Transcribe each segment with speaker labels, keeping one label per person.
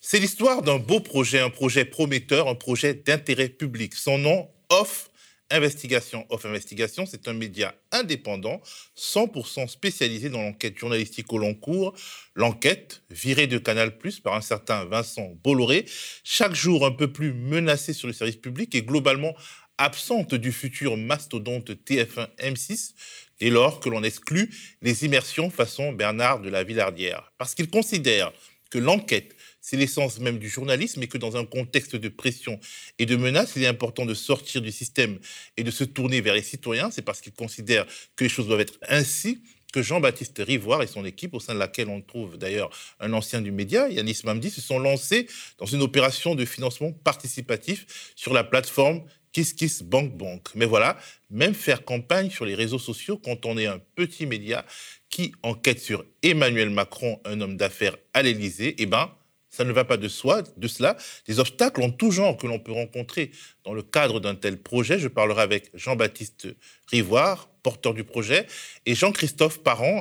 Speaker 1: C'est l'histoire d'un beau projet, un projet prometteur, un projet d'intérêt public. Son nom, Off Investigation. Off Investigation, c'est un média indépendant, 100% spécialisé dans l'enquête journalistique au long cours. L'enquête, virée de Canal+, par un certain Vincent Bolloré, chaque jour un peu plus menacée sur le service public et globalement absente du futur mastodonte TF1 M6, dès lors que l'on exclut les immersions façon Bernard de la Villardière. Parce qu'il considère que l'enquête, c'est l'essence même du journalisme et que dans un contexte de pression et de menace, il est important de sortir du système et de se tourner vers les citoyens. C'est parce qu'il considère que les choses doivent être ainsi que Jean-Baptiste Rivoire et son équipe, au sein de laquelle on trouve d'ailleurs un ancien du média, Yanis Mamdi, se sont lancés dans une opération de financement participatif sur la plateforme KissKissBankBank. Mais voilà, même faire campagne sur les réseaux sociaux quand on est un petit média qui enquête sur Emmanuel Macron, un homme d'affaires à l'Élysée, eh ben, ça ne va pas de soi, de cela. Des obstacles en tout genre que l'on peut rencontrer dans le cadre d'un tel projet. Je parlerai avec Jean-Baptiste Rivoire, porteur du projet, et Jean-Christophe Parent,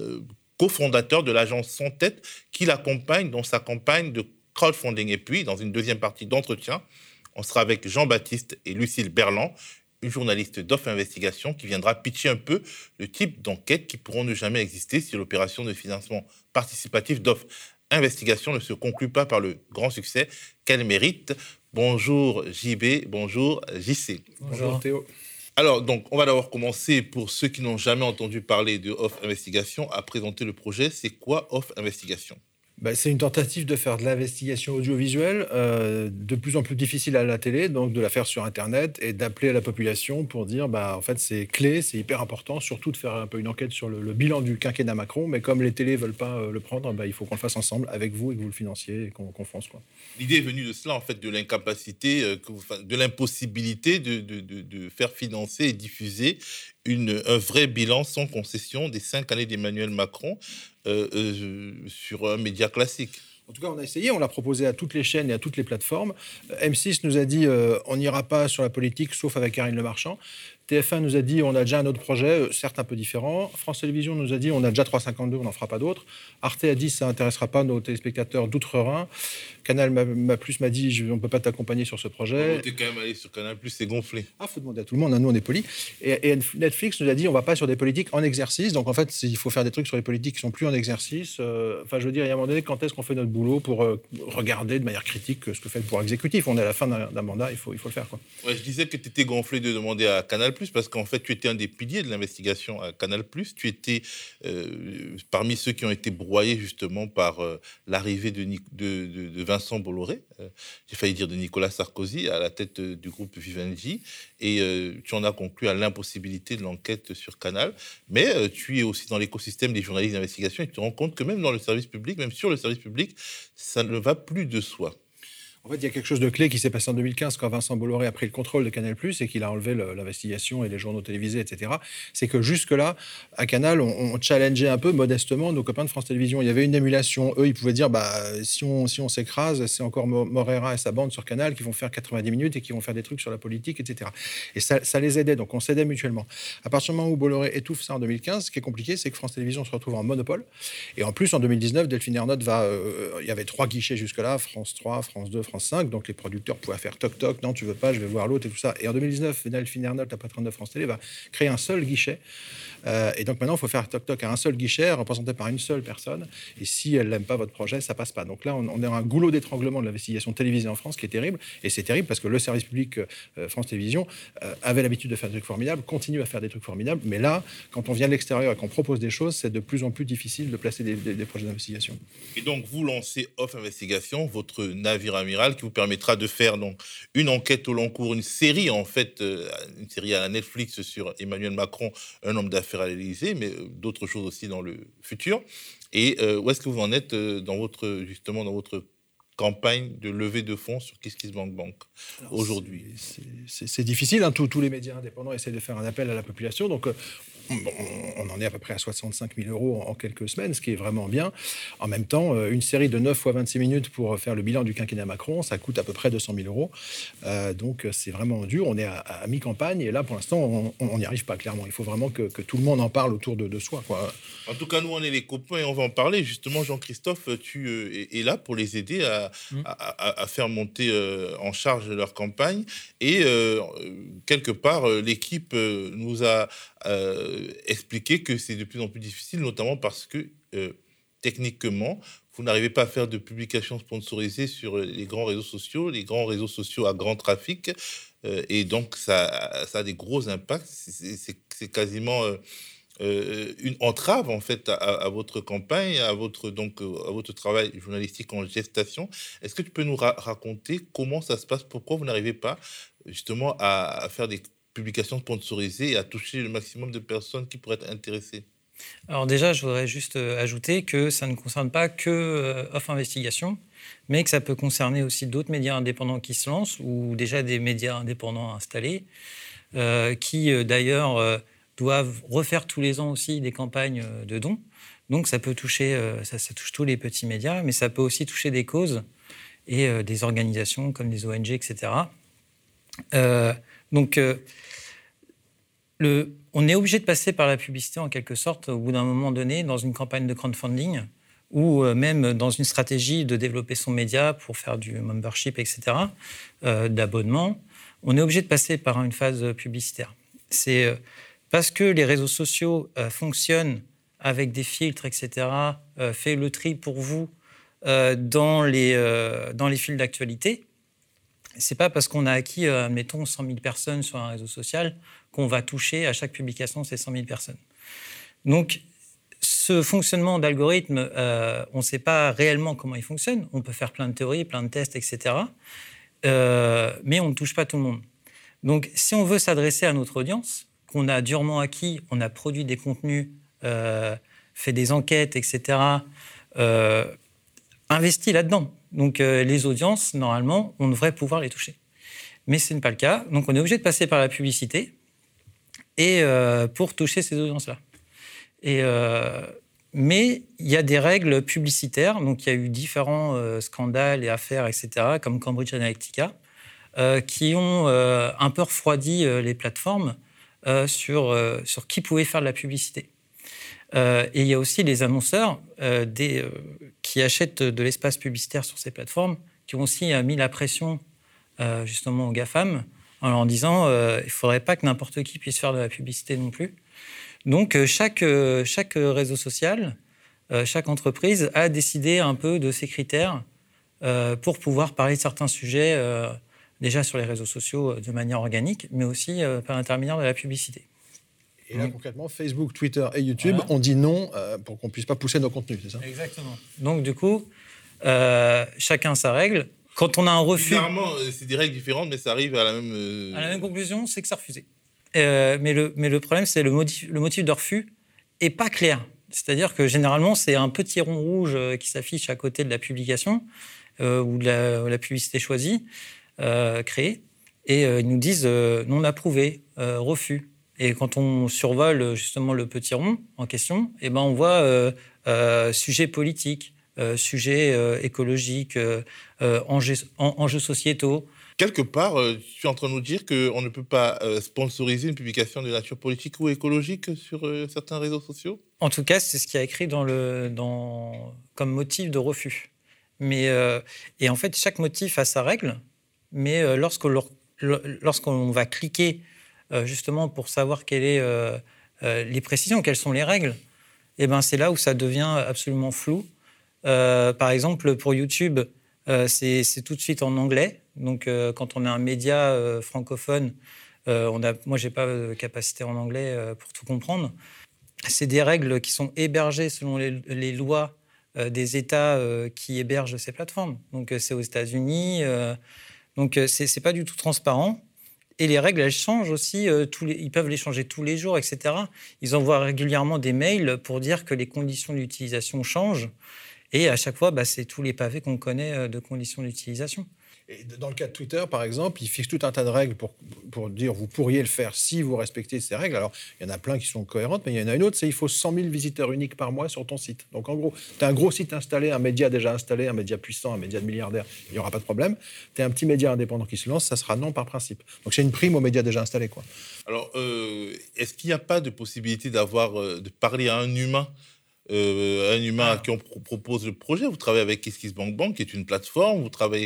Speaker 1: cofondateur de l'agence Sans Tête, qui l'accompagne dans sa campagne de crowdfunding. Et puis, dans une deuxième partie d'entretien, on sera avec Jean-Baptiste et Lucille Berland, une journaliste d'Off Investigation qui viendra pitcher un peu le type d'enquête qui pourront ne jamais exister si l'opération de financement participatif d'Off Investigation ne se conclut pas par le grand succès qu'elle mérite. Bonjour JB, bonjour JC.
Speaker 2: Bonjour Théo.
Speaker 1: Alors, donc, on va d'abord commencer, pour ceux qui n'ont jamais entendu parler de Off Investigation, à présenter le projet. C'est quoi Off Investigation ?
Speaker 2: C'est une tentative de faire de l'investigation audiovisuelle de plus en plus difficile à la télé, donc de la faire sur Internet et d'appeler à la population pour dire en fait c'est clé, c'est hyper important, surtout de faire un peu une enquête sur le bilan du quinquennat Macron, mais comme les télés ne veulent pas le prendre, il faut qu'on le fasse ensemble avec vous et que vous le financiez et qu'on fonce.
Speaker 1: L'idée est venue de cela, en fait, de l'incapacité, de l'impossibilité de faire financer et diffuser un vrai bilan sans concession des 5 années d'Emmanuel Macron sur un média classique.
Speaker 2: En tout cas, on a essayé, on l'a proposé à toutes les chaînes et à toutes les plateformes. M6 nous a dit on n'ira pas sur la politique sauf avec Karine Le Marchand. TF1 nous a dit on a déjà un autre projet, certes un peu différent. France Télévisions nous a dit on a déjà 352, on n'en fera pas d'autres. Arte a dit ça n'intéressera pas nos téléspectateurs d'outre-Rhin. Canal m'a dit on ne peut pas t'accompagner sur ce projet.
Speaker 1: Tu es quand même allé sur Canal+, c'est gonflé.
Speaker 2: Faut demander à tout le monde, nous on est polis. Et Netflix nous a dit on ne va pas sur des politiques en exercice. Donc en fait, il faut faire des trucs sur les politiques qui ne sont plus en exercice. Je veux dire, il y a un moment donné, quand est-ce qu'on fait notre boulot pour regarder de manière critique ce que fait le pouvoir exécutif ? On est à la fin d'un mandat, il faut le faire.
Speaker 1: Ouais, je disais que tu étais gonflé de demander à Canal+, parce qu'en fait, tu étais un des piliers de l'investigation à Canal+. Tu étais parmi ceux qui ont été broyés justement par l'arrivée de Vincent Bolloré, j'ai failli dire de Nicolas Sarkozy, à la tête du groupe Vivendi, et tu en as conclu à l'impossibilité de l'enquête sur Canal, mais tu es aussi dans l'écosystème des journalistes d'investigation et tu te rends compte que même dans le service public, même sur le service public, ça ne va plus de soi.
Speaker 2: En fait, il y a quelque chose de clé qui s'est passé en 2015 quand Vincent Bolloré a pris le contrôle de Canal+ et qu'il a enlevé l'investigation et les journaux télévisés, etc. C'est que jusque-là, à Canal, on challengeait un peu modestement nos copains de France Télévisions. Il y avait une émulation. Eux, ils pouvaient dire si on s'écrase, c'est encore Moreira et sa bande sur Canal qui vont faire 90 minutes et qui vont faire des trucs sur la politique, etc. Et ça les aidait. Donc, on s'aidait mutuellement. À partir du moment où Bolloré étouffe ça en 2015, ce qui est compliqué, c'est que France Télévisions se retrouve en monopole. Et en plus, en 2019, Delphine Ernotte il y avait 3 guichets jusque-là, France 3, France 2, France 5, donc les producteurs pouvaient faire toc-toc, non, tu veux pas, je vais voir l'autre et tout ça. Et en 2019, Delphine Ernotte, la patronne de France Télé, va créer un seul guichet. Et donc maintenant, il faut faire toc-toc à un seul guichet, représenté par une seule personne. Et si elle n'aime pas votre projet, ça passe pas. Donc là, on est dans un goulot d'étranglement de l'investigation télévisée en France qui est terrible. Et c'est terrible parce que le service public France Télévisions avait l'habitude de faire des trucs formidables, continue à faire des trucs formidables. Mais là, quand on vient de l'extérieur et qu'on propose des choses, c'est de plus en plus difficile de placer des projets d'investigation.
Speaker 1: Et donc, vous lancez Off Investigation, votre navire amiral qui vous permettra de faire donc une enquête au long cours, une série en fait, une série à Netflix sur Emmanuel Macron, un homme d'affaires à l'Élysée, mais d'autres choses aussi dans le futur. Et où est-ce que vous en êtes dans votre campagne de levée de fonds sur KissKissBankBank aujourd'hui?
Speaker 2: C'est difficile, hein, tous les médias indépendants essaient de faire un appel à la population, donc on en est à peu près à 65 000 euros en quelques semaines, ce qui est vraiment bien. En même temps, une série de 9 fois 26 minutes pour faire le bilan du quinquennat Macron, ça coûte à peu près 200 000 euros. Donc, c'est vraiment dur. On est à mi-campagne et là, pour l'instant, on n'y arrive pas, clairement. Il faut vraiment que tout le monde en parle autour de soi, quoi.
Speaker 1: En tout cas, nous, on est les copains et on va en parler. Justement, Jean-Christophe, tu es là pour les aider à faire monter en charge leur campagne. Et quelque part, l'équipe nous a expliqué que c'est de plus en plus difficile, notamment parce que techniquement, vous n'arrivez pas à faire de publications sponsorisées sur les grands réseaux sociaux à grand trafic. Et donc, ça a des gros impacts. C'est quasiment une entrave, en fait, à votre campagne, à votre travail journalistique en gestation. Est-ce que tu peux nous raconter comment ça se passe? Pourquoi vous n'arrivez pas, justement, à faire des publications sponsorisées et à toucher le maximum de personnes qui pourraient être intéressées?
Speaker 3: Alors déjà, je voudrais juste ajouter que ça ne concerne pas que Off Investigation, mais que ça peut concerner aussi d'autres médias indépendants qui se lancent ou déjà des médias indépendants installés, qui d'ailleurs doivent refaire tous les ans aussi des campagnes de dons. Donc ça peut toucher, ça touche tous les petits médias, mais ça peut aussi toucher des causes et des organisations comme des ONG, etc. On est obligé de passer par la publicité en quelque sorte au bout d'un moment donné dans une campagne de crowdfunding ou même dans une stratégie de développer son média pour faire du membership, etc., d'abonnement. On est obligé de passer par une phase publicitaire. C'est parce que les réseaux sociaux fonctionnent avec des filtres, etc., fait le tri pour vous dans les fils d'actualité. C'est pas parce qu'on a acquis, admettons, 100 000 personnes sur un réseau social qu'on va toucher à chaque publication ces 100 000 personnes. Donc, ce fonctionnement d'algorithme, on ne sait pas réellement comment il fonctionne. On peut faire plein de théories, plein de tests, etc. Mais on ne touche pas tout le monde. Donc, si on veut s'adresser à notre audience, qu'on a durement acquis, on a produit des contenus, fait des enquêtes, etc., investi là-dedans. Donc, les audiences, normalement, on devrait pouvoir les toucher. Mais ce n'est pas le cas. Donc, on est obligé de passer par la publicité et pour toucher ces audiences-là. Mais il y a des règles publicitaires. Donc, il y a eu différents scandales et affaires, etc., comme Cambridge Analytica, qui ont un peu refroidi les plateformes sur qui pouvait faire de la publicité. Et il y a aussi les annonceurs qui achètent de l'espace publicitaire sur ces plateformes, qui ont aussi mis la pression justement aux GAFAM en leur disant il ne faudrait pas que n'importe qui puisse faire de la publicité non plus. Donc chaque réseau social, chaque entreprise a décidé un peu de ses critères pour pouvoir parler de certains sujets déjà sur les réseaux sociaux de manière organique, mais aussi par l'intermédiaire de la publicité.
Speaker 2: Et là, concrètement, Facebook, Twitter et YouTube ont dit non pour qu'on ne puisse pas pousser nos contenus, c'est ça?
Speaker 3: Exactement. Donc, du coup, chacun sa règle. Quand on a un refus...
Speaker 1: Bizarrement, c'est des règles différentes, mais ça arrive à la même...
Speaker 3: À la même conclusion, c'est que c'est refusé. Mais le problème, c'est le motif de refus n'est pas clair. C'est-à-dire que, généralement, c'est un petit rond rouge qui s'affiche à côté de la publication ou de la publicité choisie, créée. Et ils nous disent non approuvé, refus. Et quand on survole justement le petit rond en question, eh ben on voit sujets politiques, sujets écologiques, enjeux sociétaux.
Speaker 1: Quelque part, tu es en train de nous dire qu'on ne peut pas sponsoriser une publication de nature politique ou écologique sur certains réseaux sociaux?
Speaker 3: En tout cas, c'est ce qui est écrit comme motif de refus. Et en fait, chaque motif a sa règle, mais lorsqu'on va cliquer justement pour savoir quelles sont les précisions, quelles sont les règles, et ben c'est là où ça devient absolument flou. Par exemple, pour YouTube, c'est tout de suite en anglais. Donc, quand on a un média francophone, moi, j'ai pas de capacité en anglais pour tout comprendre. C'est des règles qui sont hébergées selon les lois des États qui hébergent ces plateformes. Donc, c'est aux États-Unis. Donc, c'est pas du tout transparent. Et les règles, elles changent aussi. Ils peuvent les changer tous les jours, etc. Ils envoient régulièrement des mails pour dire que les conditions d'utilisation changent. Et à chaque fois, c'est tous les pavés qu'on connaît de conditions d'utilisation.
Speaker 2: Et dans le cas de Twitter, par exemple, ils fixent tout un tas de règles pour dire vous pourriez le faire si vous respectez ces règles. Alors, il y en a plein qui sont cohérentes, mais il y en a une autre, c'est il faut 100 000 visiteurs uniques par mois sur ton site. Donc, en gros, tu as un gros site installé, un média déjà installé, un média puissant, un média de milliardaires, il n'y aura pas de problème. Tu as un petit média indépendant qui se lance, ça sera non par principe. Donc, c'est une prime aux médias déjà installés, quoi.
Speaker 1: Alors, est-ce qu'il n'y a pas de possibilité de parler à un humain à qui on propose le projet? Vous travaillez avec KissKissBankBank, qui est une plateforme. Vous travaillez,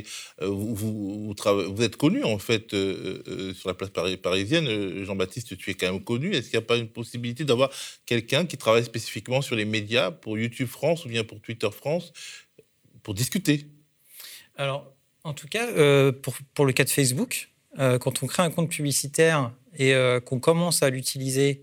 Speaker 1: vous êtes connu en fait sur la place parisienne. Jean-Baptiste, tu es quand même connu. Est-ce qu'il n'y a pas une possibilité d'avoir quelqu'un qui travaille spécifiquement sur les médias pour YouTube France ou bien pour Twitter France pour discuter?
Speaker 3: Alors, en tout cas, pour le cas de Facebook, quand on crée un compte publicitaire et qu'on commence à l'utiliser,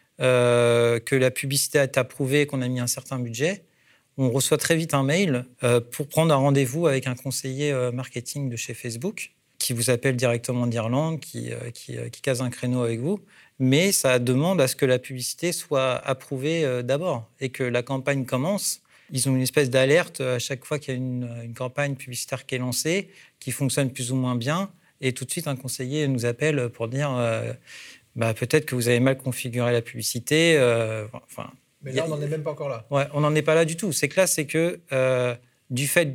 Speaker 3: que la publicité est approuvée, qu'on a mis un certain budget, on reçoit très vite un mail pour prendre un rendez-vous avec un conseiller marketing de chez Facebook qui vous appelle directement d'Irlande, qui case un créneau avec vous. Mais ça demande à ce que la publicité soit approuvée d'abord et que la campagne commence. Ils ont une espèce d'alerte à chaque fois qu'il y a une campagne publicitaire qui est lancée, qui fonctionne plus ou moins bien. Et tout de suite, un conseiller nous appelle pour dire peut-être que vous avez mal configuré la publicité.
Speaker 2: Mais là, on n'en est même pas encore là.
Speaker 3: Ouais, on n'en est pas là du tout. C'est que du fait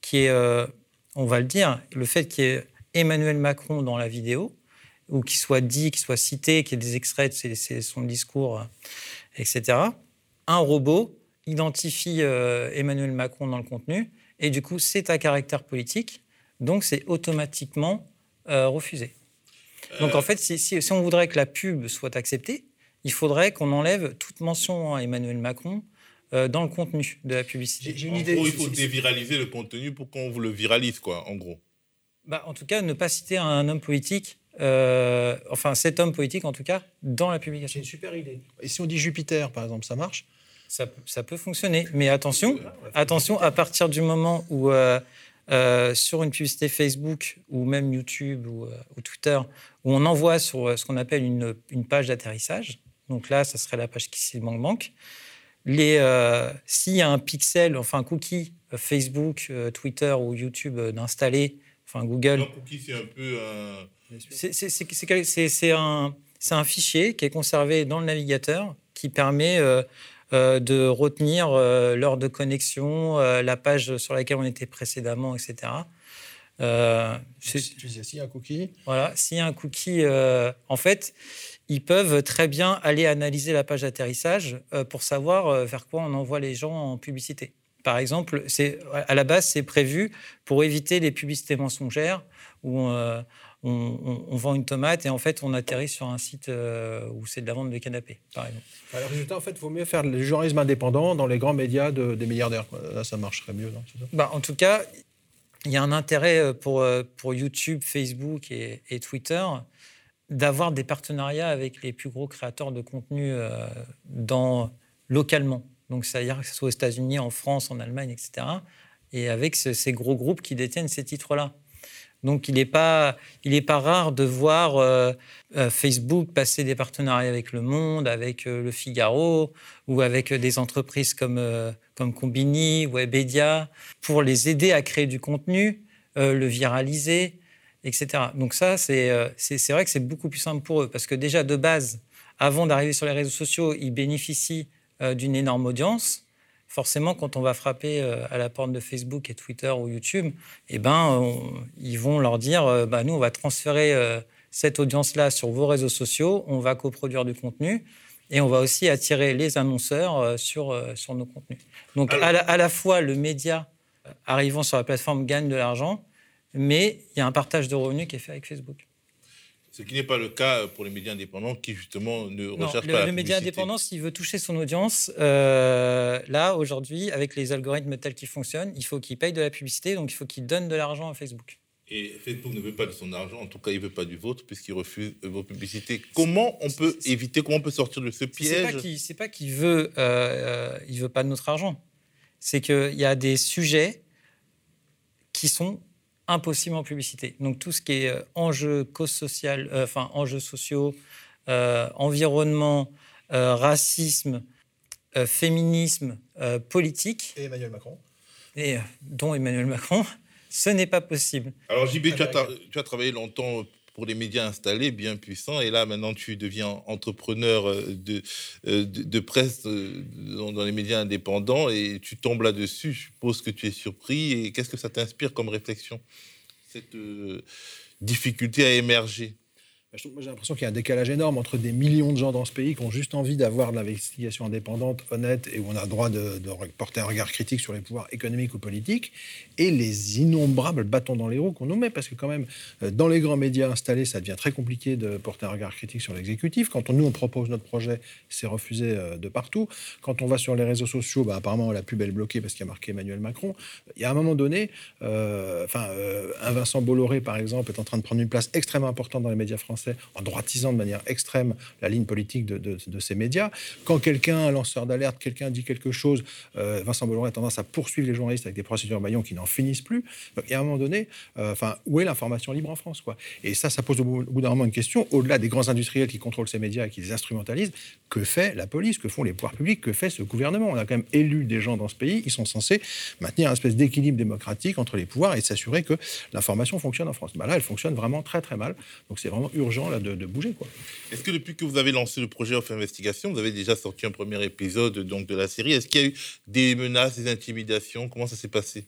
Speaker 3: on va le dire, le fait qu'il y ait Emmanuel Macron dans la vidéo, ou qu'il soit dit, qu'il soit cité, qu'il y ait des extraits de son discours, etc., un robot identifie Emmanuel Macron dans le contenu, et du coup, c'est à caractère politique, donc c'est automatiquement refusé. Donc en fait, si on voudrait que la pub soit acceptée, il faudrait qu'on enlève toute mention à Emmanuel Macron dans le contenu de la publicité.
Speaker 1: J'ai une idée. En gros, il faut déviraliser le contenu pour qu'on vous le viralise, quoi, en gros.
Speaker 3: En tout cas, ne pas citer un homme politique, cet homme politique en tout cas, dans la publication.
Speaker 2: C'est une super idée. Et si on dit Jupiter, par exemple, ça marche?
Speaker 3: Ça peut fonctionner, mais attention, à partir du moment où sur une publicité Facebook ou même YouTube ou Twitter, où on envoie sur ce qu'on appelle une page d'atterrissage, donc là, ça serait la page KissKissBankBank, s'il y a un pixel, un cookie Facebook, Twitter ou YouTube d'installer, Google...
Speaker 1: Un cookie, c'est un peu
Speaker 3: C'est un fichier qui est conservé dans le navigateur qui permet... de retenir l'heure de connexion, la page sur laquelle on était précédemment, etc.
Speaker 2: Tu disais, s'il y a un cookie.
Speaker 3: Voilà, s'il y a un cookie, en fait, ils peuvent très bien aller analyser la page d'atterrissage pour savoir vers quoi on envoie les gens en publicité. Par exemple, à la base, c'est prévu pour éviter les publicités mensongères où on vend une tomate et en fait, on atterrit sur un site où c'est de la vente de canapés, par exemple.
Speaker 2: Alors, résultat, en fait, il vaut mieux faire du journalisme indépendant dans les grands médias des milliardaires. Là, ça marcherait mieux, non?
Speaker 3: En tout cas, il y a un intérêt pour YouTube, Facebook et Twitter d'avoir des partenariats avec les plus gros créateurs de contenu localement. Donc, c'est-à-dire que ce soit aux États-Unis, en France, en Allemagne, etc. Et avec ces gros groupes qui détiennent ces titres-là. Donc, il n'est pas rare de voir Facebook passer des partenariats avec Le Monde, avec Le Figaro, ou avec des entreprises comme Combini, Webedia, pour les aider à créer du contenu, le viraliser, etc. Donc ça, c'est vrai que c'est beaucoup plus simple pour eux, parce que déjà, de base, avant d'arriver sur les réseaux sociaux, ils bénéficient d'une énorme audience. Forcément, quand on va frapper à la porte de Facebook et Twitter ou YouTube, ils vont leur dire nous, on va transférer cette audience-là sur vos réseaux sociaux, on va coproduire du contenu et on va aussi attirer les annonceurs sur nos contenus. Donc, à la fois, le média arrivant sur la plateforme gagne de l'argent, mais il y a un partage de revenus qui est fait avec Facebook.
Speaker 1: Ce qui n'est pas le cas pour les médias indépendants qui, justement, ne recherchent pas la publicité.
Speaker 3: Le média indépendant, s'il veut toucher son audience, là, aujourd'hui, avec les algorithmes tels qu'ils fonctionnent, il faut qu'il paye de la publicité, donc il faut qu'il donne de l'argent à Facebook.
Speaker 1: Et Facebook ne veut pas de son argent, en tout cas, il ne veut pas du vôtre, puisqu'il refuse vos publicités. Comment on peut éviter, comment on peut sortir de ce piège?
Speaker 3: C'est pas qu'il veut pas de notre argent. C'est qu'il y a des sujets qui sont impossible en publicité. Donc tout ce qui est enjeux enjeux sociaux, environnement, racisme, féminisme, politique.
Speaker 2: Et Emmanuel Macron.
Speaker 3: Dont Emmanuel Macron. Ce n'est pas possible.
Speaker 1: Alors JB, tu as travaillé longtemps pour les médias installés, bien puissants, et là maintenant tu deviens entrepreneur de presse dans les médias indépendants et tu tombes là-dessus. Je suppose que tu es surpris, et qu'est-ce que ça t'inspire comme réflexion, cette difficulté à émerger?
Speaker 2: J'ai l'impression qu'il y a un décalage énorme entre des millions de gens dans ce pays qui ont juste envie d'avoir de l'investigation indépendante, honnête, et où on a le droit de porter un regard critique sur les pouvoirs économiques ou politiques, et les innombrables bâtons dans les roues qu'on nous met. Parce que quand même, dans les grands médias installés, ça devient très compliqué de porter un regard critique sur l'exécutif. Quand on propose notre projet, c'est refusé de partout. Quand on va sur les réseaux sociaux, apparemment la pub est bloquée parce qu'il y a marqué Emmanuel Macron. Il y a un moment donné, un Vincent Bolloré, par exemple, est en train de prendre une place extrêmement importante dans les médias français, en droitisant de manière extrême la ligne politique de ces médias. Quand un lanceur d'alerte, quelqu'un dit quelque chose, Vincent Bolloré a tendance à poursuivre les journalistes avec des procédures bâillons qui n'en finissent plus. Donc, il y a un moment donné, où est l'information libre en France, quoi? Et ça pose au bout d'un moment une question, au-delà des grands industriels qui contrôlent ces médias et qui les instrumentalisent, que fait la police, que font les pouvoirs publics, que fait ce gouvernement? On a quand même élu des gens dans ce pays, ils sont censés maintenir une espèce d'équilibre démocratique entre les pouvoirs et s'assurer que l'information fonctionne en France. Là, elle fonctionne vraiment très très mal. Donc c'est vraiment urgent là, de bouger, quoi.
Speaker 1: Est-ce que depuis que vous avez lancé le projet Off Investigation, vous avez déjà sorti un premier épisode donc, de la série, est-ce qu'il y a eu des menaces, des intimidations? Comment ça s'est passé?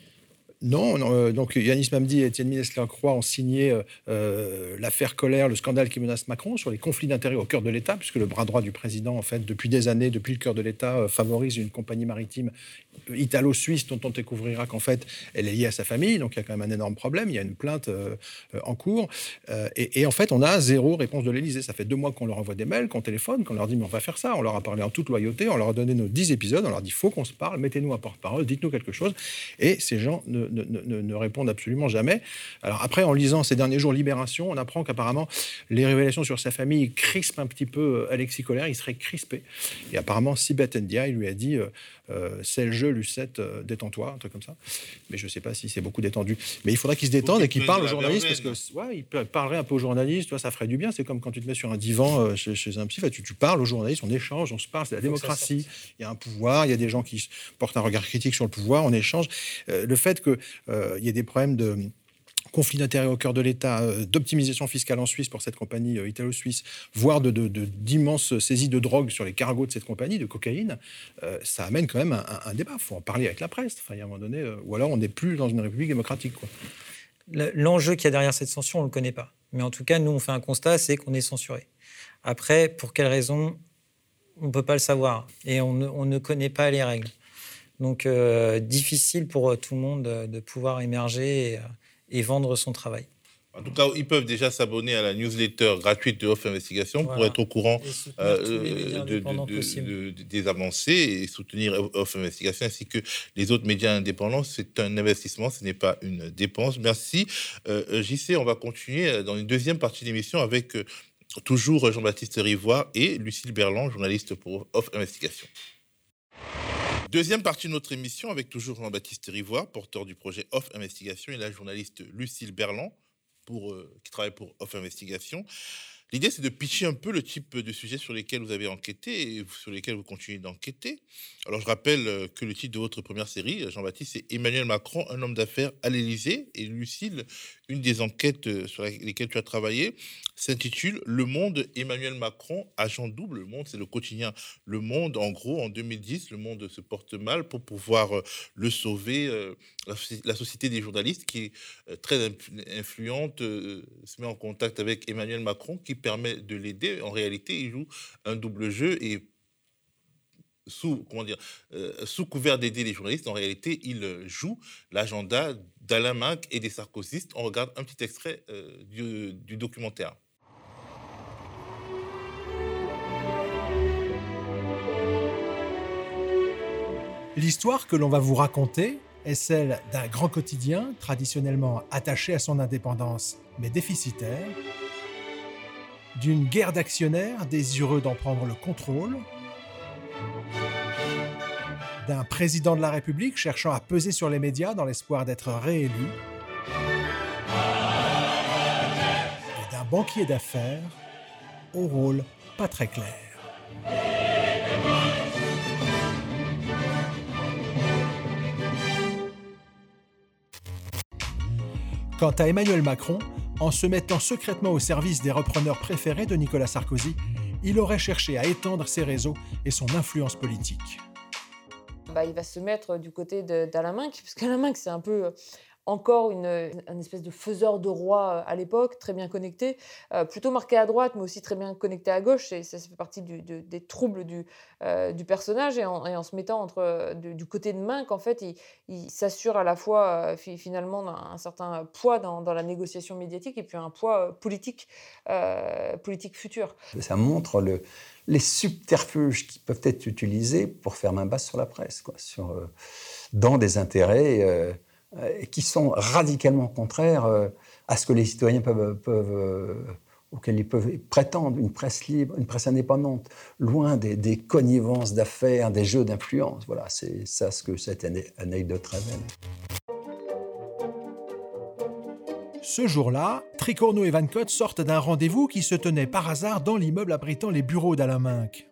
Speaker 2: Non, donc Yanis Mamdi et Étienne Minès-Lacroix ont signé l'affaire Colère, le scandale qui menace Macron, sur les conflits d'intérêts au cœur de l'État, puisque le bras droit du président, en fait, depuis des années, depuis le cœur de l'État, favorise une compagnie maritime italo-suisse dont on découvrira qu'en fait, elle est liée à sa famille. Donc, il y a quand même un énorme problème. Il y a une plainte en cours. Et en fait, on a zéro réponse de l'Élysée. Ça fait 2 mois qu'on leur envoie des mails, qu'on téléphone, qu'on leur dit « mais on va faire ça ». On leur a parlé en toute loyauté. On leur a donné nos 10 épisodes. On leur dit « il faut qu'on se parle. Mettez-nous un porte-parole. Dites-nous quelque chose ». Et ces gens ne répondent absolument jamais. Alors après, en lisant ces derniers jours Libération, on apprend qu'apparemment, les révélations sur sa famille crispent un petit peu Alexis Colère. Il serait crispé. Et apparemment, Sibeth Ndiaye lui a dit c'est le jeu, Lucette, détends-toi, un truc comme ça. Mais je ne sais pas si c'est beaucoup détendu. Mais il faudrait qu'il se détende et qu'il parle aux journalistes, parce que il parlerait un peu aux journalistes, tu vois, ça ferait du bien. C'est comme quand tu te mets sur un divan chez un psy, tu parles aux journalistes, on échange, on se parle, c'est la démocratie. Il y a un pouvoir, il y a des gens qui portent un regard critique sur le pouvoir, on échange. Le fait qu'il y ait des problèmes de conflit d'intérêts au cœur de l'État, d'optimisation fiscale en Suisse pour cette compagnie italo-suisse, voire d'immenses saisies de drogue sur les cargos de cette compagnie, de cocaïne, ça amène quand même un débat. Il faut en parler avec la presse. Enfin, il y a un moment donné, ou alors on n'est plus dans une république démocratique, quoi.
Speaker 3: L'enjeu qu'il y a derrière cette censure, on ne le connaît pas. Mais en tout cas, nous, on fait un constat, c'est qu'on est censuré. Après, pour quelles raisons, on ne peut pas le savoir. Et on ne connaît pas les règles. Donc, difficile pour tout le monde de pouvoir émerger et vendre son travail.
Speaker 1: En tout cas, ils peuvent déjà s'abonner à la newsletter gratuite de Off Investigation pour être au courant des avancées et soutenir Off Investigation ainsi que les autres médias indépendants. C'est un investissement, ce n'est pas une dépense. Merci. JC, on va continuer dans une deuxième partie de l'émission avec toujours Jean-Baptiste Rivoire et Lucille Berland, journaliste pour Off Investigation. Deuxième partie de notre émission avec toujours Jean-Baptiste Rivoire, porteur du projet Off Investigation, et la journaliste Lucille Berland, qui travaille pour Off Investigation. L'idée, c'est de pitcher un peu le type de sujets sur lesquels vous avez enquêté et sur lesquels vous continuez d'enquêter. Alors, je rappelle que le titre de votre première série, Jean-Baptiste, c'est Emmanuel Macron, un homme d'affaires à l'Élysée. Et Lucille, une des enquêtes sur lesquelles tu as travaillé, s'intitule Le Monde, Emmanuel Macron, agent double. Le Monde, c'est le quotidien Le Monde. En gros, en 2010, Le Monde se porte mal pour pouvoir le sauver. La Société des journalistes, qui est très influente, se met en contact avec Emmanuel Macron, qui permet de l'aider. En réalité, il joue un double jeu et sous couvert d'aider les journalistes, en réalité, il joue l'agenda d'Alain Minc et des sarkozystes. On regarde un petit extrait du documentaire.
Speaker 4: L'histoire que l'on va vous raconter est celle d'un grand quotidien traditionnellement attaché à son indépendance, mais déficitaire, d'une guerre d'actionnaires désireux d'en prendre le contrôle, d'un président de la République cherchant à peser sur les médias dans l'espoir d'être réélu, et d'un banquier d'affaires au rôle pas très clair. Quant à Emmanuel Macron, en se mettant secrètement au service des repreneurs préférés de Nicolas Sarkozy, il aurait cherché à étendre ses réseaux et son influence politique.
Speaker 5: Il va se mettre du côté d'Alain Minc, parce qu'Alain Minc, c'est un peu encore une espèce de faiseur de roi à l'époque, très bien connecté, plutôt marqué à droite, mais aussi très bien connecté à gauche. Et ça fait partie des troubles du personnage. Et en se mettant du côté de Minc, en fait, il s'assure à la fois finalement d'un certain poids dans la négociation médiatique et puis un poids politique futur.
Speaker 6: Ça montre les subterfuges qui peuvent être utilisés pour faire main basse sur la presse, dans des intérêts qui sont radicalement contraires à ce que les citoyens auxquels ils peuvent prétendre, une presse libre, une presse indépendante, loin des connivences d'affaires, des jeux d'influence. Voilà, c'est ça ce que cette anecdote révèle.
Speaker 4: Ce jour-là, Tricorneau et Van Cott sortent d'un rendez-vous qui se tenait par hasard dans l'immeuble abritant les bureaux d'Alain Minc.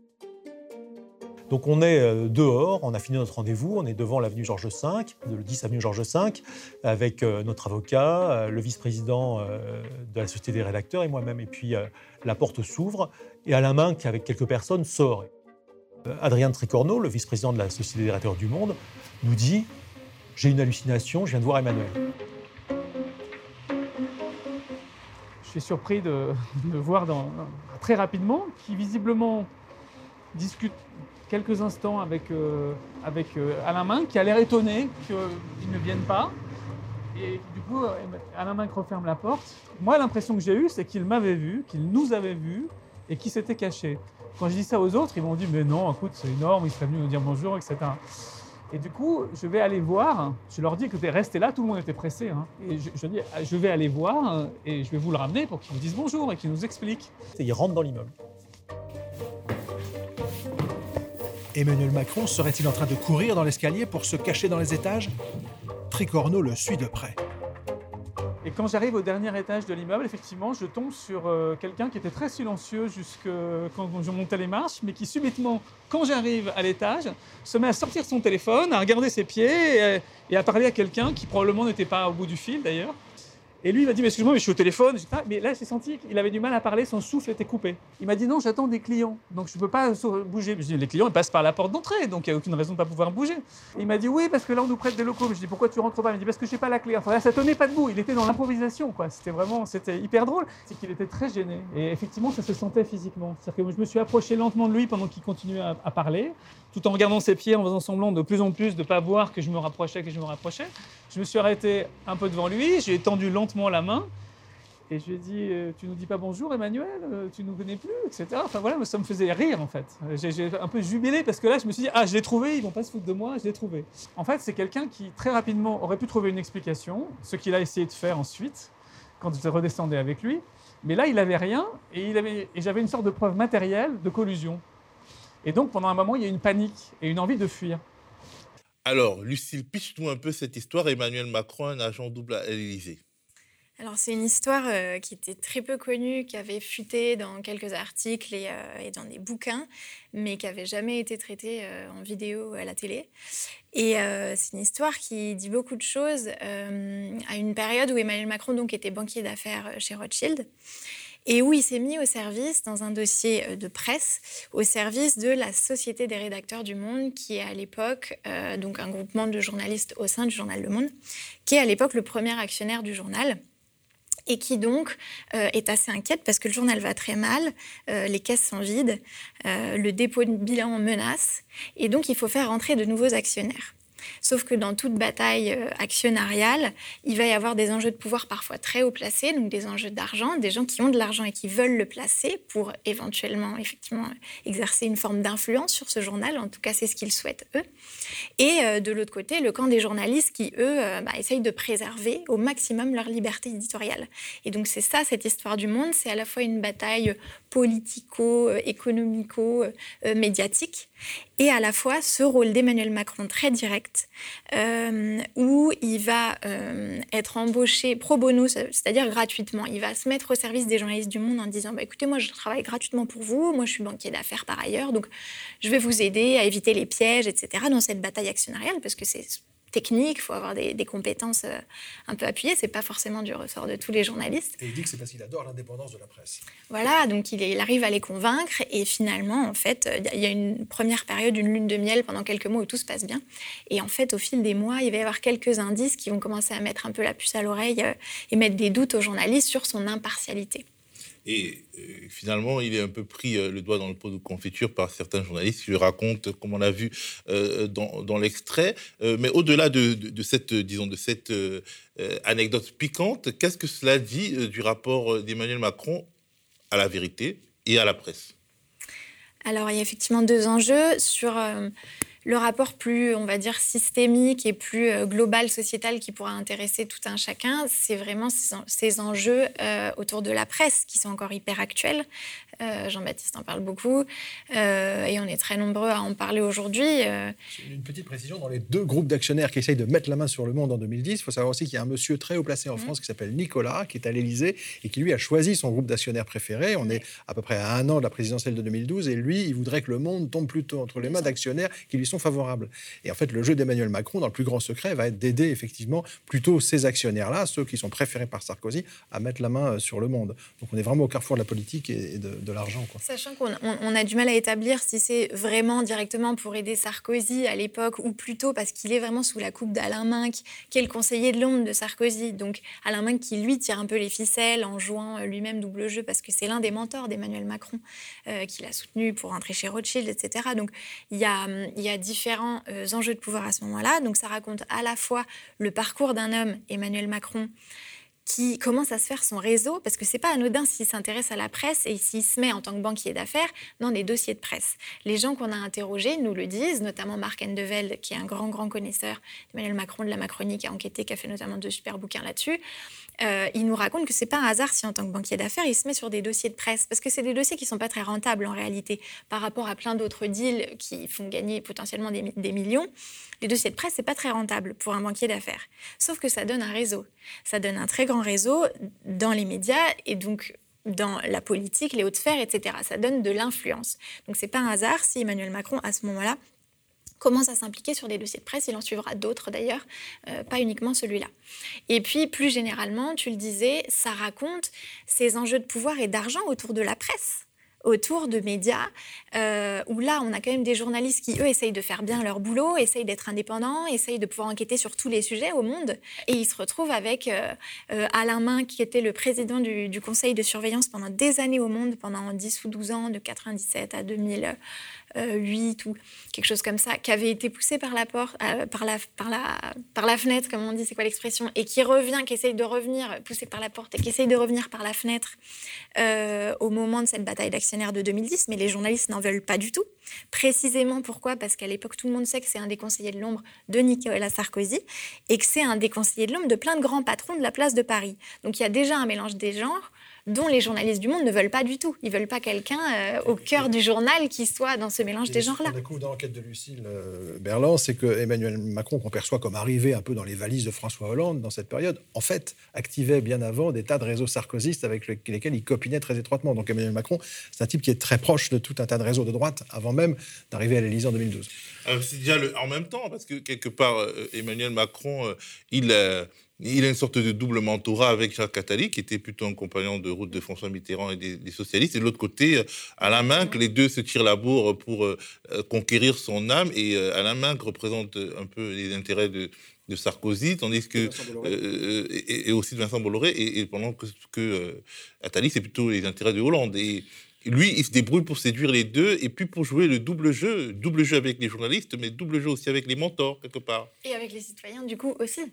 Speaker 7: Donc on est dehors, on a fini notre rendez-vous, on est devant l'avenue Georges V, le 10 avenue Georges V, avec notre avocat, le vice-président de la Société des rédacteurs et moi-même. Et puis la porte s'ouvre et Alain Minc, avec quelques personnes, sort. Adrien Tricorneau, le vice-président de la Société des rédacteurs du Monde, nous dit « J'ai une hallucination, je viens de voir Emmanuel ».
Speaker 8: Je suis surpris de voir très rapidement qu'il visiblement discute quelques instants avec Alain Minc, qui a l'air étonné qu'il ne vienne pas. Et du coup, Alain Minc referme la porte. Moi, l'impression que j'ai eue, c'est qu'il m'avait vu, qu'il nous avait vus et qu'il s'était caché. Quand je dis ça aux autres, ils m'ont dit « Mais non, écoute, c'est énorme, il serait venu nous dire bonjour, etc. » Et du coup, je vais aller voir. Je leur dis « Écoutez, restez là, tout le monde était pressé. Hein. » Et je dis « Je vais aller voir et je vais vous le ramener pour qu'il nous dise bonjour et qu'il nous explique. »
Speaker 7: Et il rentre dans l'immeuble.
Speaker 4: Emmanuel Macron serait-il en train de courir dans l'escalier pour se cacher dans les étages ? Tricorneau le suit de près.
Speaker 8: Et quand j'arrive au dernier étage de l'immeuble, effectivement, je tombe sur quelqu'un qui était très silencieux jusque quand je montais les marches, mais qui subitement, quand j'arrive à l'étage, se met à sortir son téléphone, à regarder ses pieds et à parler à quelqu'un qui probablement n'était pas au bout du fil d'ailleurs. Et lui, il m'a dit « Mais excuse-moi, mais je suis au téléphone. » Mais là, j'ai senti qu'il avait du mal à parler, son souffle était coupé. Il m'a dit « Non, j'attends des clients, donc je ne peux pas bouger. » Je dis « Les clients, ils passent par la porte d'entrée, donc il n'y a aucune raison de ne pas pouvoir bouger. » Il m'a dit « Oui, parce que là, on nous prête des locaux. » Je dis « Pourquoi tu rentres pas ?» Il m'a dit « Parce que je n'ai pas la clé. » Enfin, là, ça ne tenait pas debout. Il était dans l'improvisation, quoi. C'était hyper drôle. C'est qu'il était très gêné. Et effectivement, ça se sentait physiquement. C'est-à-dire que je me suis approché lentement de lui pendant qu'il continuait à parler, tout en regardant ses pieds, en faisant semblant de plus en plus de ne pas voir que je me rapprochais, Je me suis arrêté un peu devant lui, j'ai étendu lentement la main. Et je lui ai dit « Tu nous dis pas bonjour, Emmanuel, tu nous connais plus, etc. » Enfin voilà, ça me faisait rire en fait. J'ai un peu jubilé parce que là, je me suis dit « Ah, je l'ai trouvé, ils vont pas se foutre de moi, je l'ai trouvé. » En fait, c'est quelqu'un qui très rapidement aurait pu trouver une explication, ce qu'il a essayé de faire ensuite, quand je redescendais avec lui. Mais là, il avait rien et j'avais une sorte de preuve matérielle de collusion. Et donc, pendant un moment, il y a eu une panique et une envie de fuir.
Speaker 1: Alors, Lucille, pitch-nous un peu cette histoire. Emmanuel Macron, un agent double à l'Élysée.
Speaker 9: Alors, c'est une histoire qui était très peu connue, qui avait fuité dans quelques articles et dans des bouquins, mais qui n'avait jamais été traitée en vidéo à la télé. Et c'est une histoire qui dit beaucoup de choses à une période où Emmanuel Macron donc, était banquier d'affaires chez Rothschild et où il s'est mis au service, dans un dossier de presse, au service de la Société des rédacteurs du Monde, qui est à l'époque donc un groupement de journalistes au sein du journal Le Monde, qui est à l'époque le premier actionnaire du journal. Et qui donc est assez inquiète parce que le journal va très mal, les caisses sont vides, le dépôt de bilan menace, et donc il faut faire rentrer de nouveaux actionnaires. Sauf que dans toute bataille actionnariale, il va y avoir des enjeux de pouvoir parfois très haut placés, donc des enjeux d'argent, des gens qui ont de l'argent et qui veulent le placer pour éventuellement effectivement exercer une forme d'influence sur ce journal, en tout cas c'est ce qu'ils souhaitent eux. Et de l'autre côté, le camp des journalistes qui, eux, essayent de préserver au maximum leur liberté éditoriale. Et donc c'est ça, cette histoire du Monde, c'est à la fois une bataille politico-économico-médiatique, et à la fois ce rôle d'Emmanuel Macron très direct, où il va être embauché pro bono, c'est-à-dire gratuitement. Il va se mettre au service des journalistes du Monde en disant écoutez, moi je travaille gratuitement pour vous, moi je suis banquier d'affaires par ailleurs, donc je vais vous aider à éviter les pièges, etc. dans cette bataille actionnariale, parce que c'est technique, il faut avoir des compétences un peu appuyées. C'est pas forcément du ressort de tous les journalistes.
Speaker 2: Et il dit que c'est parce qu'il adore l'indépendance de la presse.
Speaker 9: Voilà, donc il arrive à les convaincre et finalement, en fait, il y a une première période, une lune de miel pendant quelques mois où tout se passe bien. Et en fait, au fil des mois, il va y avoir quelques indices qui vont commencer à mettre un peu la puce à l'oreille et mettre des doutes aux journalistes sur son impartialité.
Speaker 1: Et finalement, il est un peu pris le doigt dans le pot de confiture par certains journalistes qui lui racontent, comme on l'a vu dans l'extrait. Mais au-delà de cette anecdote piquante, qu'est-ce que cela dit du rapport d'Emmanuel Macron à la vérité et à la presse ?
Speaker 9: Alors, il y a effectivement 2 enjeux sur le rapport plus, on va dire, systémique et plus global, sociétal, qui pourra intéresser tout un chacun. C'est vraiment ces enjeux autour de la presse qui sont encore hyper actuels. Jean-Baptiste en parle beaucoup et on est très nombreux à en parler aujourd'hui.
Speaker 2: Une petite précision, dans les 2 groupes d'actionnaires qui essayent de mettre la main sur le monde en 2010, il faut savoir aussi qu'il y a un monsieur très haut placé en France qui s'appelle Nicolas, qui est à l'Élysée et qui lui a choisi son groupe d'actionnaires préféré. On est à peu près à 1 an de la présidentielle de 2012 et lui, il voudrait que le monde tombe plutôt entre les mains d'actionnaires qui lui sont favorables. Et en fait, le jeu d'Emmanuel Macron, dans le plus grand secret, va être d'aider effectivement plutôt ces actionnaires-là, ceux qui sont préférés par Sarkozy, à mettre la main sur le monde. Donc on est vraiment au carrefour de la politique et de l'argent, quoi.
Speaker 9: Sachant qu'on a du mal à établir si c'est vraiment directement pour aider Sarkozy à l'époque ou plutôt parce qu'il est vraiment sous la coupe d'Alain Minc, qui est le conseiller de l'ombre de Sarkozy. Donc Alain Minc qui, lui, tire un peu les ficelles en jouant lui-même double jeu parce que c'est l'un des mentors d'Emmanuel Macron qui l'a soutenu pour rentrer chez Rothschild, etc. Donc il y a différents enjeux de pouvoir à ce moment-là. Donc ça raconte à la fois le parcours d'un homme, Emmanuel Macron, qui commence à se faire son réseau, parce que c'est pas anodin s'il s'intéresse à la presse et s'il se met en tant que banquier d'affaires dans des dossiers de presse. Les gens qu'on a interrogés nous le disent, notamment Marc Endeveld, qui est un grand connaisseur d'Emmanuel Macron, de la Macronie, qui a enquêté, qui a fait notamment 2 super bouquins là-dessus. Il nous raconte que c'est pas un hasard si en tant que banquier d'affaires, il se met sur des dossiers de presse, parce que c'est des dossiers qui sont pas très rentables en réalité, par rapport à plein d'autres deals qui font gagner potentiellement des millions. Les dossiers de presse, c'est pas très rentable pour un banquier d'affaires. Sauf que ça donne un réseau. Ça donne un très grand réseau dans les médias et donc dans la politique, les hautes sphères, etc. Ça donne de l'influence. Donc c'est pas un hasard si Emmanuel Macron, à ce moment-là, commence à s'impliquer sur des dossiers de presse. Il en suivra d'autres d'ailleurs, pas uniquement celui-là. Et puis, plus généralement, tu le disais, ça raconte ces enjeux de pouvoir et d'argent autour de la presse, autour de médias, où là, on a quand même des journalistes qui, eux, essayent de faire bien leur boulot, essayent d'être indépendants, essayent de pouvoir enquêter sur tous les sujets au monde. Et ils se retrouvent avec Alain Minc, qui était le président du conseil de surveillance pendant des années au monde, pendant 10 ou 12 ans, de 97 à 2008 ou quelque chose comme ça, qui avait été poussé par la fenêtre, comme on dit, c'est quoi l'expression, et qui revient, qui essaye de revenir, poussé par la porte, et qui essaye de revenir par la fenêtre au moment de cette bataille d'actionnaires de 2010, mais les journalistes n'en veulent pas du tout. Précisément pourquoi ? Parce qu'à l'époque, tout le monde sait que c'est un des conseillers de l'ombre de Nicolas Sarkozy et que c'est un des conseillers de l'ombre de plein de grands patrons de la place de Paris. Donc il y a déjà un mélange des genres dont les journalistes du monde ne veulent pas du tout. Ils ne veulent pas quelqu'un au cœur du journal qui soit dans ce mélange des genres-là.
Speaker 2: Ce qu'on découvre dans l'enquête de Lucille Berland, c'est que Emmanuel Macron, qu'on perçoit comme arrivé un peu dans les valises de François Hollande dans cette période, en fait, activait bien avant des tas de réseaux sarkozystes avec lesquels il copinait très étroitement. Donc Emmanuel Macron, c'est un type qui est très proche de tout un tas de réseaux de droite avant même d'arriver à l'Élysée en 2012.
Speaker 1: C'est déjà en même temps, parce que quelque part, Emmanuel Macron, il a une sorte de double mentorat avec Jacques Attali, qui était plutôt un compagnon de route de François Mitterrand et des socialistes. Et de l'autre côté, Alain Minc, les deux se tirent la bourre pour conquérir son âme. Et Alain Minc représente un peu les intérêts de Sarkozy, tandis que et aussi de Vincent Bolloré, et pendant que Attali, c'est plutôt les intérêts de Hollande. Et lui, il se débrouille pour séduire les deux, et puis pour jouer le double jeu avec les journalistes, mais double jeu aussi avec les mentors, quelque part.
Speaker 9: Et avec les citoyens, du coup, aussi.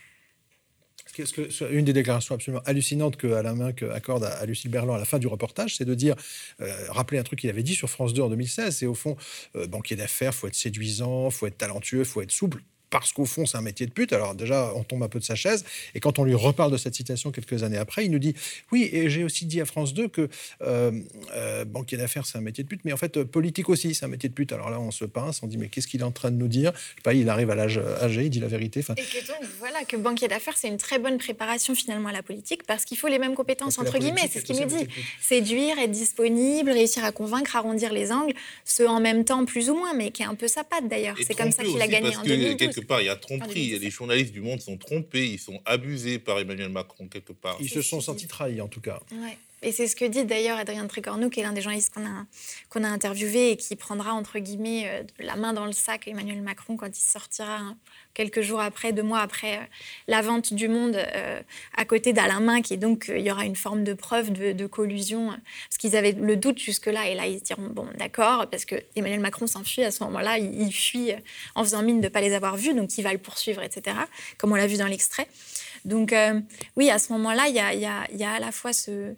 Speaker 2: Une des déclarations absolument hallucinantes que Alain Minc accorde à Lucille Berland à la fin du reportage, c'est de dire, rappeler un truc qu'il avait dit sur France 2 en 2016, c'est au fond, banquier d'affaires, il faut être séduisant, il faut être talentueux, il faut être souple, parce qu'au fond, c'est un métier de pute. Alors déjà, on tombe un peu de sa chaise. Et quand on lui reparle de cette citation quelques années après, il nous dit « Oui, et j'ai aussi dit à France 2 que banquier d'affaires, c'est un métier de pute, mais en fait, politique aussi, c'est un métier de pute. » Alors là, on se pince, on dit « Mais qu'est-ce qu'il est en train de nous dire ?» Je sais pas, il arrive à l'âge âgé, il dit la vérité. Et
Speaker 9: que donc, voilà, que banquier d'affaires, c'est une très bonne préparation finalement à la politique, parce qu'il faut les mêmes compétences, entre guillemets. C'est ce qu'il nous dit. Séduire, être disponible, réussir à convaincre, arrondir les angles, ce en même temps plus ou moins, mais qui est un peu sa patte d'ailleurs. C'est comme ça qu'il a gagné en 2012.
Speaker 1: part, il y a tromperie. Les journalistes du Monde sont trompés, ils sont abusés par Emmanuel Macron, quelque part.
Speaker 2: Ils se sont sentis trahis, en tout cas.
Speaker 9: Ouais. Et c'est ce que dit d'ailleurs Adrien Trécorneau, qui est l'un des journalistes qu'on a interviewé et qui prendra, entre guillemets, la main dans le sac Emmanuel Macron quand il sortira quelques jours après, 2 mois après la vente du Monde à côté d'Alain Minc. Et donc, il y aura une forme de preuve de collusion. Parce qu'ils avaient le doute jusque-là. Et là, ils se diront, bon, d'accord, parce que Emmanuel Macron s'enfuit à ce moment-là. Il fuit en faisant mine de ne pas les avoir vus. Donc, il va le poursuivre, etc. Comme on l'a vu dans l'extrait. Donc, oui, à ce moment-là, il y a à la fois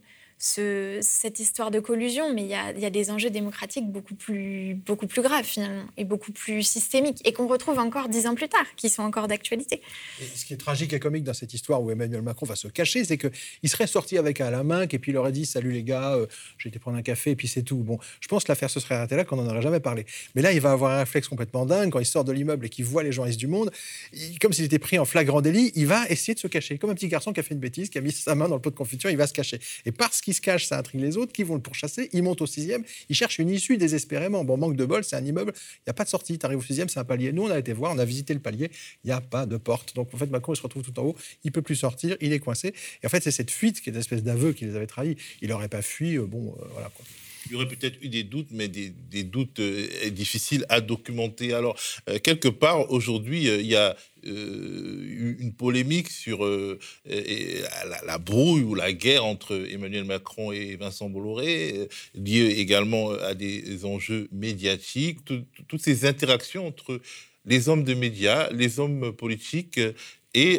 Speaker 9: cette histoire de collusion, mais il y a des enjeux démocratiques beaucoup plus graves, finalement, et beaucoup plus systémiques, et qu'on retrouve encore 10 ans plus tard, qui sont encore d'actualité.
Speaker 2: Et ce qui est tragique et comique dans cette histoire où Emmanuel Macron va se cacher, c'est qu'il serait sorti avec Alain Minc, et puis il aurait dit « Salut les gars, j'ai été prendre un café, et puis c'est tout ». Bon, je pense que l'affaire se serait arrêtée là, qu'on n'en aurait jamais parlé. Mais là, il va avoir un réflexe complètement dingue, quand il sort de l'immeuble et qu'il voit les journalistes du Monde, comme s'il était pris en flagrant délit, il va essayer de se cacher, comme un petit garçon qui a fait une bêtise, qui a mis sa main dans le pot de confiture, il va se cacher. Et parce qu'il se cache, ça intrigue les autres qui vont le pourchasser. Il monte au 6e, il cherche une issue désespérément. Bon, manque de bol, c'est un immeuble, il n'y a pas de sortie. Tu arrives au 6e, c'est un palier. Nous, on a été voir, on a visité le palier, il n'y a pas de porte. Donc, en fait, Macron, il se retrouve tout en haut, il ne peut plus sortir, il est coincé. Et en fait, c'est cette fuite qui est une espèce d'aveu qui les avait trahis. Il n'aurait pas fui, voilà quoi.
Speaker 1: Il y aurait peut-être eu des doutes, mais des doutes difficiles à documenter. Alors, quelque part, aujourd'hui, il y a eu une polémique sur la brouille ou la guerre entre Emmanuel Macron et Vincent Bolloré, liée également à des enjeux médiatiques, toutes ces interactions entre les hommes de médias, les hommes politiques et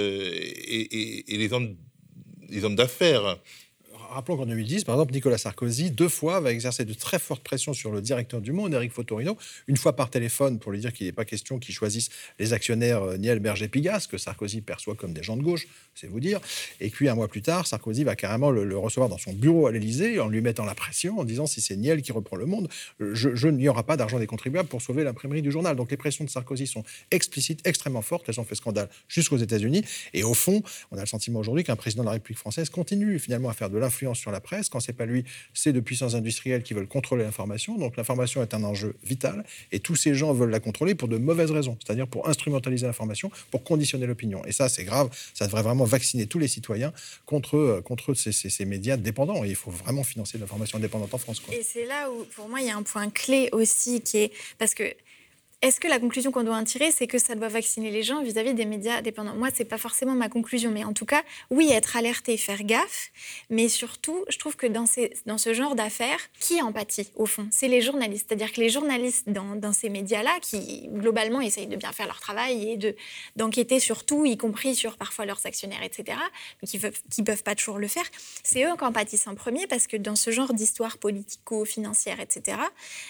Speaker 1: les hommes d'affaires.
Speaker 2: Rappelons qu'en 2010, par exemple, Nicolas Sarkozy, 2 fois, va exercer de très fortes pressions sur le directeur du Monde, Éric Fotorino, une fois par téléphone pour lui dire qu'il n'est pas question qu'ils choisissent les actionnaires Niel, Berger, Pigasse, que Sarkozy perçoit comme des gens de gauche, c'est vous dire. Et puis, un mois plus tard, Sarkozy va carrément le recevoir dans son bureau à l'Élysée en lui mettant la pression, en disant si c'est Niel qui reprend le Monde, il n'y aura pas d'argent des contribuables pour sauver l'imprimerie du journal. Donc les pressions de Sarkozy sont explicites, extrêmement fortes. Elles ont fait scandale jusqu'aux États-Unis. Et au fond, on a le sentiment aujourd'hui qu'un président de la République française continue finalement à faire de l'influence sur la presse. Quand c'est pas lui, c'est de puissances industrielles qui veulent contrôler l'information. Donc l'information est un enjeu vital et tous ces gens veulent la contrôler pour de mauvaises raisons, c'est-à-dire pour instrumentaliser l'information, pour conditionner l'opinion. Et ça, c'est grave. Ça devrait vraiment vacciner tous les citoyens contre ces médias dépendants. Et il faut vraiment financer l'information indépendante en France, quoi.
Speaker 9: Et c'est là où, pour moi, il y a un point clé aussi qui est... Parce que est-ce que la conclusion qu'on doit en tirer, c'est que ça doit vacciner les gens vis-à-vis des médias dépendants? Moi, c'est pas forcément ma conclusion, mais en tout cas, oui, être alerté, faire gaffe, mais surtout, je trouve que dans ce genre d'affaires, qui en pâtit, au fond? C'est les journalistes. C'est-à-dire que les journalistes dans ces médias-là, qui, globalement, essayent de bien faire leur travail et d'enquêter sur tout, y compris sur parfois leurs actionnaires, etc., mais qui peuvent pas toujours le faire, c'est eux qui en pâtissent en premier, parce que dans ce genre d'histoire politico-financière, etc.,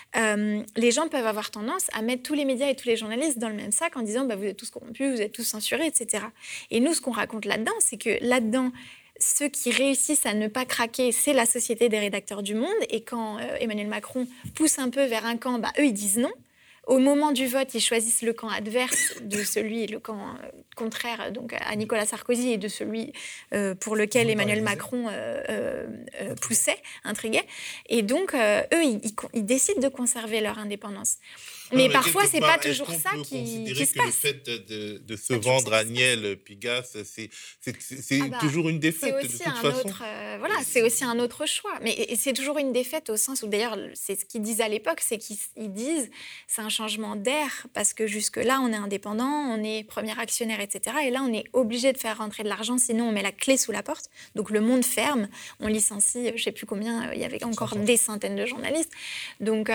Speaker 9: les gens peuvent avoir tendance à mettre tous les médias et tous les journalistes dans le même sac en disant vous êtes tous corrompus, vous êtes tous censurés, etc. Et nous, ce qu'on raconte là-dedans, c'est que là-dedans, ceux qui réussissent à ne pas craquer, c'est la Société des rédacteurs du Monde. Et quand Emmanuel Macron pousse un peu vers un camp, eux, ils disent non. Au moment du vote, ils choisissent le camp adverse de le camp contraire donc, à Nicolas Sarkozy et de celui pour lequel Emmanuel Macron poussait, intriguait. Et donc, eux, ils décident de conserver leur indépendance. Mais parfois, c'est pas toujours ça qui se passe.
Speaker 1: Le fait de se vendre à Niel, Pigasse, c'est toujours une défaite de toute façon.
Speaker 9: C'est aussi un autre choix. Mais c'est toujours une défaite au sens où, d'ailleurs, c'est ce qu'ils disent à l'époque, c'est qu'ils disent c'est un changement d'air parce que jusque-là, on est indépendant, on est premier actionnaire, etc. Et là, on est obligé de faire rentrer de l'argent, sinon on met la clé sous la porte. Donc le Monde ferme, on licencie, je sais plus combien, il y avait encore des centaines de journalistes. Donc,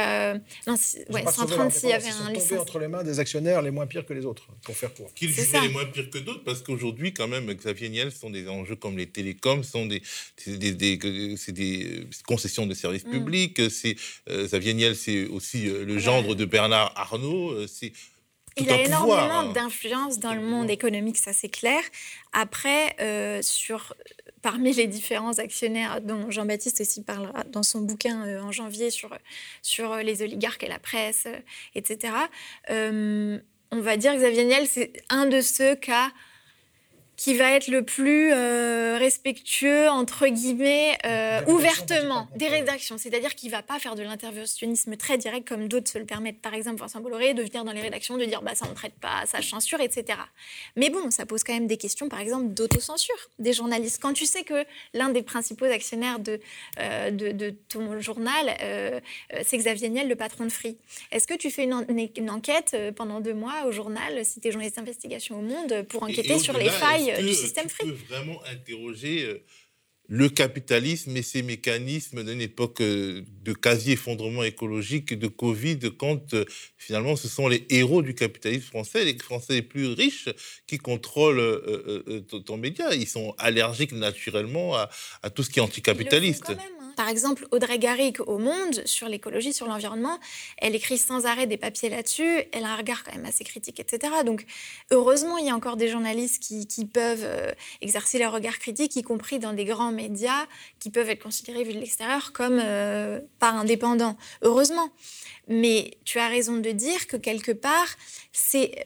Speaker 9: 136. Il y avait un
Speaker 2: tombé entre les mains des actionnaires les moins pires que les autres, pour faire court.
Speaker 1: Qu'ils jugeaient les moins pires que d'autres, parce qu'aujourd'hui, quand même, Xavier Niel, sont des enjeux comme les télécoms, sont des concessions de services publics. Xavier Niel, c'est aussi le gendre de Bernard Arnault.
Speaker 9: Il a énormément d'influence dans le monde économique, ça c'est clair. Après, parmi les différents actionnaires dont Jean-Baptiste aussi parlera dans son bouquin en janvier sur les oligarques et la presse, etc., on va dire que Xavier Niel, c'est un de ceux qui a qui va être le plus respectueux, entre guillemets, ouvertement, des rédactions. C'est-à-dire qu'il ne va pas faire de l'interventionnisme très direct comme d'autres se le permettent. Par exemple, Vincent Bolloré, de venir dans les rédactions, de dire ça on ne traite pas, ça censure, etc. Mais bon, ça pose quand même des questions, par exemple, d'autocensure des journalistes. Quand tu sais que l'un des principaux actionnaires de ton journal, c'est Xavier Niel, le patron de Free. Est-ce que tu fais une enquête pendant 2 mois au journal, si tu es journaliste d'investigation au Monde, pour enquêter sur les failles du système Free?
Speaker 1: Tu peux vraiment interroger le capitalisme et ses mécanismes d'une époque de quasi-effondrement écologique, de Covid, quand finalement ce sont les héros du capitalisme français, les Français les plus riches qui contrôlent ton média. Ils sont allergiques naturellement à tout ce qui est anticapitaliste.
Speaker 9: Ils le font quand même, hein. Par exemple, Audrey Garrick au Monde, sur l'écologie, sur l'environnement, elle écrit sans arrêt des papiers là-dessus, elle a un regard quand même assez critique, etc. Donc, heureusement, il y a encore des journalistes qui peuvent exercer leur regard critique, y compris dans des grands médias qui peuvent être considérés, vu de l'extérieur, comme pas indépendants. Heureusement. Mais tu as raison de dire que quelque part, c'est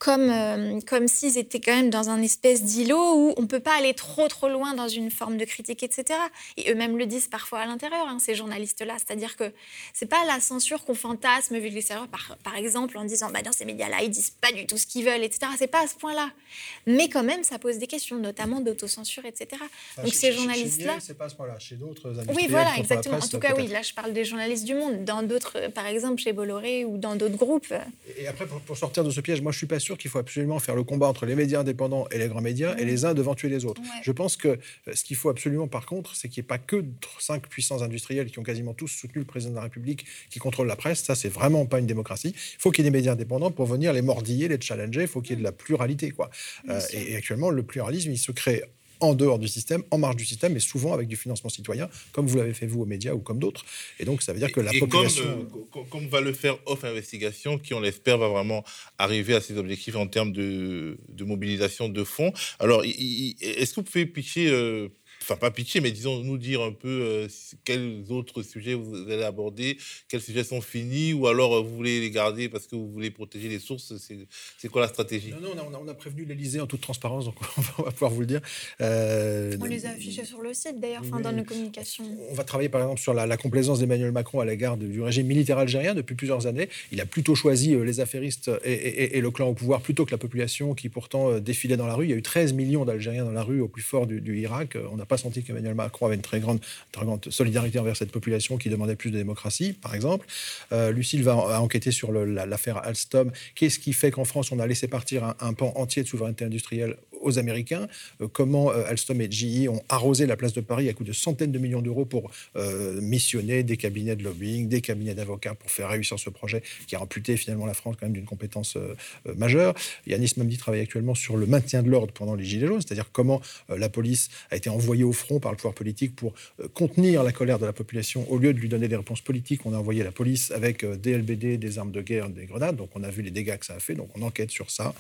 Speaker 9: comme s'ils étaient quand même dans un espèce d'îlot où on ne peut pas aller trop loin dans une forme de critique, etc. Et eux-mêmes le disent parfois à l'intérieur, ces journalistes-là. C'est-à-dire que ce n'est pas la censure qu'on fantasme vu de l'extérieur, par exemple, en disant dans ces médias-là, ils ne disent pas du tout ce qu'ils veulent, etc. Ce n'est pas à ce point-là. Mais quand même, ça pose des questions, notamment d'autocensure, etc. Donc ces journalistes-là...
Speaker 2: Ce n'est pas à ce point-là. Chez d'autres industriels...
Speaker 9: Oui, voilà, exactement. En tout cas, oui, là, je parle des journalistes du Monde. Dans d'autres, par exemple, chez Bolloré ou dans d'autres groupes...
Speaker 2: Et après, pour sortir de ce piège, moi, je ne suis pas sûr qu'il faut absolument faire le combat entre les médias indépendants et les grands médias, et les uns devant tuer les autres.
Speaker 9: Ouais.
Speaker 2: Je pense que ce qu'il faut absolument, par contre, c'est qu'il n'y ait pas que 5 puissants industriels qui ont quasiment tous soutenu le président de la République qui contrôlent la presse. Ça, c'est vraiment pas une démocratie. Il faut qu'il y ait des médias indépendants pour venir les mordiller, les challenger. Il faut qu'il y ait de la pluralité, quoi. Et actuellement, le pluralisme, il se crée en dehors du système, en marge du système, et souvent avec du financement citoyen, comme vous l'avez fait vous aux médias ou comme d'autres. Et donc, ça veut dire que la population...
Speaker 1: Comme va le faire Off Investigation, qui, on l'espère, va vraiment arriver à ses objectifs en termes de mobilisation de fonds. Alors, est-ce que vous pouvez pitcher... Enfin, pas pitcher, mais disons, nous dire un peu quels autres sujets vous allez aborder, quels sujets sont finis, ou alors vous voulez les garder parce que vous voulez protéger les sources. C'est quoi la stratégie?
Speaker 2: Non, on a prévenu l'Élysée en toute transparence, donc on va pouvoir vous le dire.
Speaker 9: On les a affichés sur le site, d'ailleurs, dans nos communications.
Speaker 2: On va travailler, par exemple, sur la complaisance d'Emmanuel Macron à l'égard du régime militaire algérien depuis plusieurs années. Il a plutôt choisi les affairistes et le clan au pouvoir plutôt que la population qui, pourtant, défilait dans la rue. Il y a eu 13 millions d'Algériens dans la rue au plus fort du Irak. On n'a pas senti qu'Emmanuel Macron avait une très grande solidarité envers cette population qui demandait plus de démocratie, par exemple. Lucille va enquêter sur l'affaire Alstom. Qu'est-ce qui fait qu'en France, on a laissé partir un pan entier de souveraineté industrielle aux Américains? Comment Alstom et GE ont arrosé la place de Paris à coût de centaines de millions d'euros pour missionner des cabinets de lobbying, des cabinets d'avocats pour faire réussir ce projet qui a amputé finalement la France quand même d'une compétence majeure. Yanis Mamdi travaille actuellement sur le maintien de l'ordre pendant les Gilets jaunes, c'est-à-dire comment la police a été envoyée au front par le pouvoir politique pour contenir la colère de la population. Au lieu de lui donner des réponses politiques, on a envoyé la police avec des LBD, des armes de guerre, des grenades. Donc on a vu les dégâts que ça a fait, donc on enquête sur ça.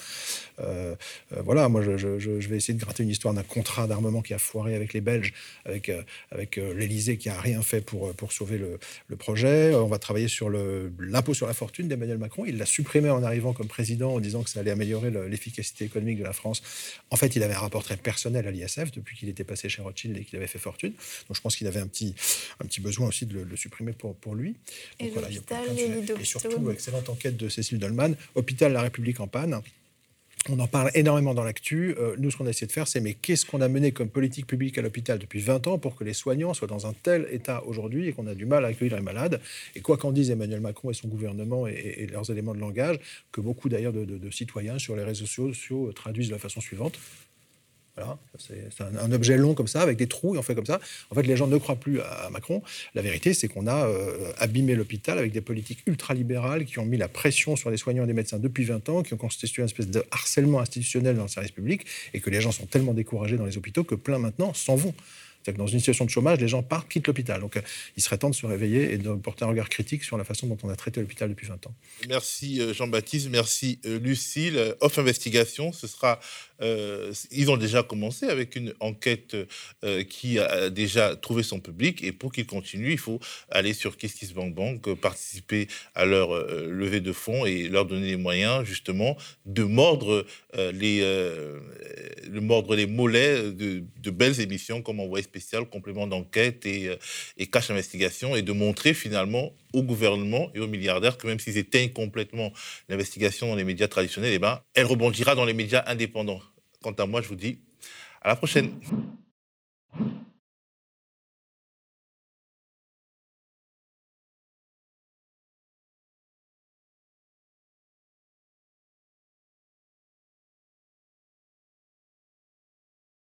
Speaker 2: Voilà, moi je vais essayer de gratter une histoire d'un contrat d'armement qui a foiré avec les Belges, avec l'Élysée qui n'a rien fait pour sauver le projet. On va travailler sur l'impôt sur la fortune d'Emmanuel Macron. Il l'a supprimé en arrivant comme président en disant que ça allait améliorer l'efficacité économique de la France. En fait, il avait un rapport très personnel à l'ISF depuis qu'il était passé chez Rothschild et qu'il avait fait fortune. Donc je pense qu'il avait un petit besoin aussi de le supprimer pour lui. Donc,
Speaker 9: et
Speaker 2: voilà,
Speaker 9: l'hôpital,
Speaker 2: et surtout, excellente enquête de Cécile Dolman, Hôpital La République en panne. On en parle énormément dans l'actu. Nous, ce qu'on a essayé de faire, c'est mais qu'est-ce qu'on a mené comme politique publique à l'hôpital depuis 20 ans pour que les soignants soient dans un tel état aujourd'hui et qu'on a du mal à accueillir les malades. Et quoi qu'en disent Emmanuel Macron et son gouvernement et leurs éléments de langage, que beaucoup d'ailleurs de citoyens sur les réseaux sociaux traduisent de la façon suivante. Voilà, c'est un objet long comme ça, avec des trous, et on fait comme ça. En fait, les gens ne croient plus à Macron. La vérité, c'est qu'on a abîmé l'hôpital avec des politiques ultralibérales qui ont mis la pression sur les soignants et les médecins depuis 20 ans, qui ont constitué une espèce de harcèlement institutionnel dans le service public, et que les gens sont tellement découragés dans les hôpitaux que plein maintenant s'en vont. C'est-à-dire que dans une situation de chômage, les gens partent, quittent l'hôpital. Donc, il serait temps de se réveiller et de porter un regard critique sur la façon dont on a traité l'hôpital depuis 20 ans.
Speaker 1: Merci Jean-Baptiste, merci Lucille. Off Investigation, ce sera... ils ont déjà commencé avec une enquête qui a déjà trouvé son public, et pour qu'il continue, il faut aller sur KissKissBankBank, participer à leur levée de fonds et leur donner les moyens justement de mordre le mordre les mollets de belles émissions comme Envoyé spécial, Complément d'enquête et Cache Investigation, et de montrer finalement au gouvernement et aux milliardaires que même s'ils éteignent complètement l'investigation dans les médias traditionnels, eh ben, elle rebondira dans les médias indépendants. Quant à moi, je vous dis à la prochaine.